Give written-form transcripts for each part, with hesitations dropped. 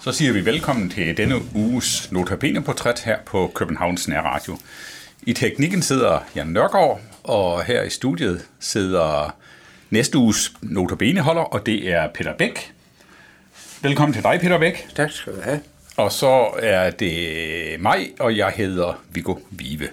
Så siger vi velkommen til denne uges Notabene-portræt her på Københavns Nærradio. I teknikken sidder Jan Nørgaard, og her i studiet sidder næste uges Notabene-holder, og det er Peter Bæk. Velkommen til dig, Peter Bæk. Tak skal du have. Og så er det mig, og jeg hedder Viggo Vive.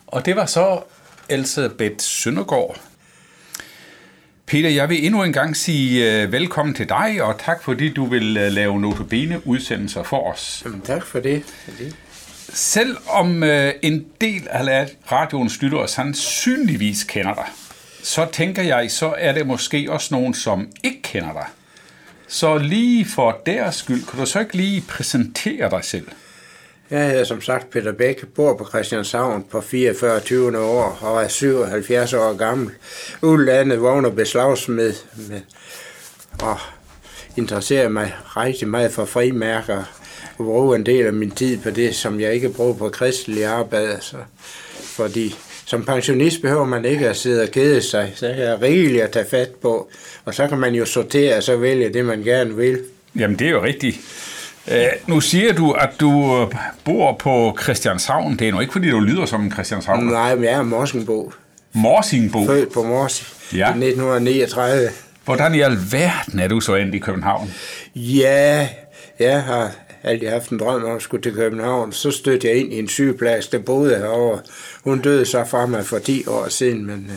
Og det var så Elsebeth Søndergaard. Peter, jeg vil endnu en gang sige velkommen til dig, og tak fordi du vil lave Notabene-udsendelser for os. Jamen, tak for det. Selvom en del af radioens lyttere sandsynligvis kender dig, så tænker jeg, så er det måske også nogen, som ikke kender dig. Så lige for deres skyld, kan du så ikke lige præsentere dig selv? Jeg hedder som sagt Peter Bæk, bor på Christianshavn på 44. år og er 77 år gammel. Udlandet vogner beslagsmed og interesserer mig rigtig meget for frimærker og bruger en del af min tid på det, som jeg ikke bruger på kristelig arbejde. Så, fordi som pensionist behøver man ikke at sidde og kede sig, så er der rigeligt at tage fat på, og så kan man jo sortere og så vælge det, man gerne vil. Jamen, det er jo rigtigt. Nu siger du, at du bor på Christianshavn. Det er nu ikke, fordi du lyder som en Christianshavn. Nej, men jeg er Morsingbo. Morsingbo? Født på Mors i 1939. Hvordan i alverden er du så endt i København? Ja, jeg har altid haft en drøm om at skulle til København. Så stødte jeg ind i en sygeplejerske, der boede herovre. Hun døde så fra mig for 10 år siden, men...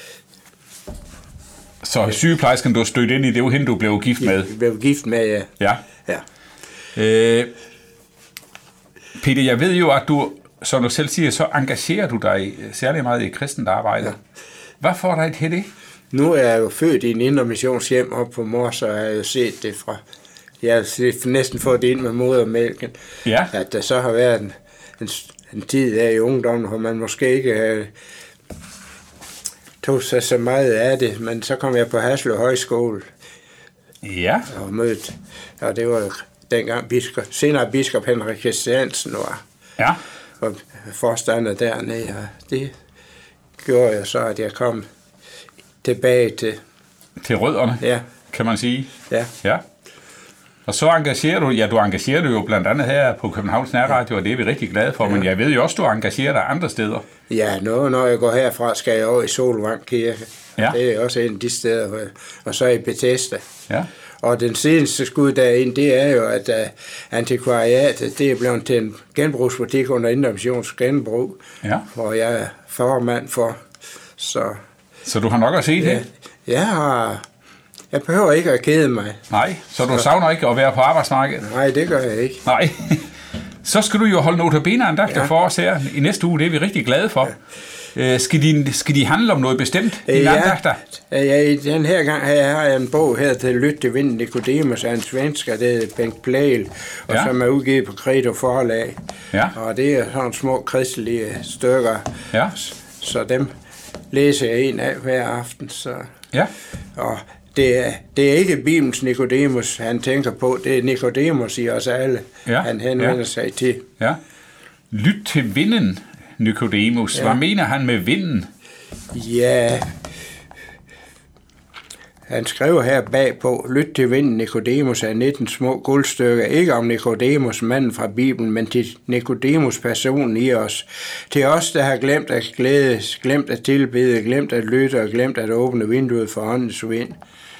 Så sygeplejersken, du stødte ind i, det var hende, du blev gift med? Jeg blev gift med, ja. Ja. Peter, jeg ved jo, at du, som du selv siger, så engagerer du dig særlig meget i kristent arbejde. Ja. Hvad får dig til det? Nu er jeg jo født i en indre missionshjem oppe på Mors, og jeg har jo set det fra... Jeg har næsten fået det ind med modermælken. Ja. At der så har været en tid af i ungdommen, hvor man måske ikke tog sig så meget af det, men så kom jeg på Haslev Højskole. Ja. Og mødte, og det var dengang senere biskop Henrik Christiansen var forstander dernede, og det gjorde jeg så, at jeg kom tilbage til rødderne, ja, kan man sige. Ja. Og så engagerer du engagerer dig jo blandt andet her på Københavns Nærradio, og det er vi rigtig glade for, men jeg ved jo også, du engagerer dig andre steder. Ja, når jeg går herfra, skal jeg over i Solvang Kirke. Ja. Det er også en af de steder, og så i Bethesda. Ja. Og den seneste skud derinde, det er jo, at antikvariatet, det er blevet til en genbrugsbutik under Indre Missions genbrug, hvor jeg er formand for. Så du har nok at se det? Jeg behøver ikke at kede mig. Nej, så du savner ikke at være på arbejdsmarkedet? Nej, det gør jeg ikke. Nej. Så skal du jo holde Notabene-andagter for os her i næste uge. Det er vi rigtig glade for. Ja. Skal de handle om noget bestemt? Andagter? Ja, den her gang har jeg en bog her til Lyt til Vinden Nicodemus af en svensker, det er Bengt Plæl, og som er udgivet på Credo Forlag. Ja. Og det er sådan små kristelige stykker. Ja. Så dem læser jeg en af hver aften. Så. Ja. Og det er ikke Bibelens Nicodemus, han tænker på. Det er Nicodemus i os alle, han henvender sig til. Ja. Lyt til vinden, Nicodemus. Hvad mener han med vinden? Ja, han skriver her bagpå, lyt til vinden, Nicodemus er 19 små guldstykker, ikke om Nicodemus, manden fra Bibelen, men til Nicodemus, personen i os. Til os, der har glemt at glædes, glemt at tilbede, glemt at lytte og glemt at åbne vinduet for åndens vind.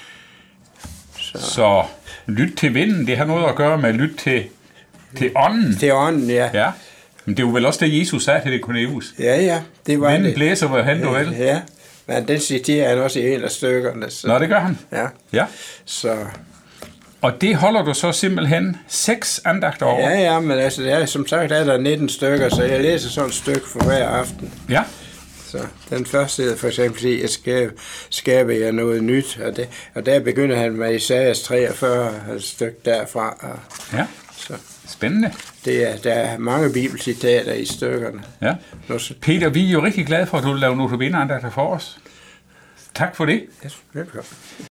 Så lyt til vinden, det har noget at gøre med lyt til ånden? Til ånden, ja. Men det er jo vel også det, Jesus sagde til Nicodemus? Ja, det var vinden blæser, hvor han du vil. Ja. Men den citerer han også i en af stykkerne. Så. Nå, det gør han? Ja. Så. Og det holder du så simpelthen 6 andagter over? Ja, men altså, det er, som sagt er der 19 stykker, så jeg læser sådan et stykke for hver aften. Ja. Så den første hedder for eksempel, at skaber jeg noget nyt, og der begynder han med Isaias 43, et stykke derfra. Ja, så. Spændende. Der er mange bibelcitater i stykkerne. Ja. Peter, vi er jo rigtig glade for, at du laver Notabene-andagter for os. Tak for det. Ja, velkommen.